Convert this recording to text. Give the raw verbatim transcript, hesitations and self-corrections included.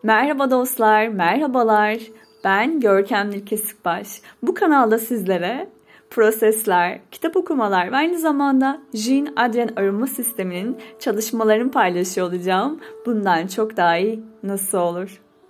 Merhaba dostlar, merhabalar. Ben Görkem Nilke Sıkbaş. Bu kanalda sizlere prosesler, kitap okumalar ve aynı zamanda Jean-Adrien arama sisteminin çalışmalarını paylaşıyor olacağım. Bundan çok daha iyi nasıl olur?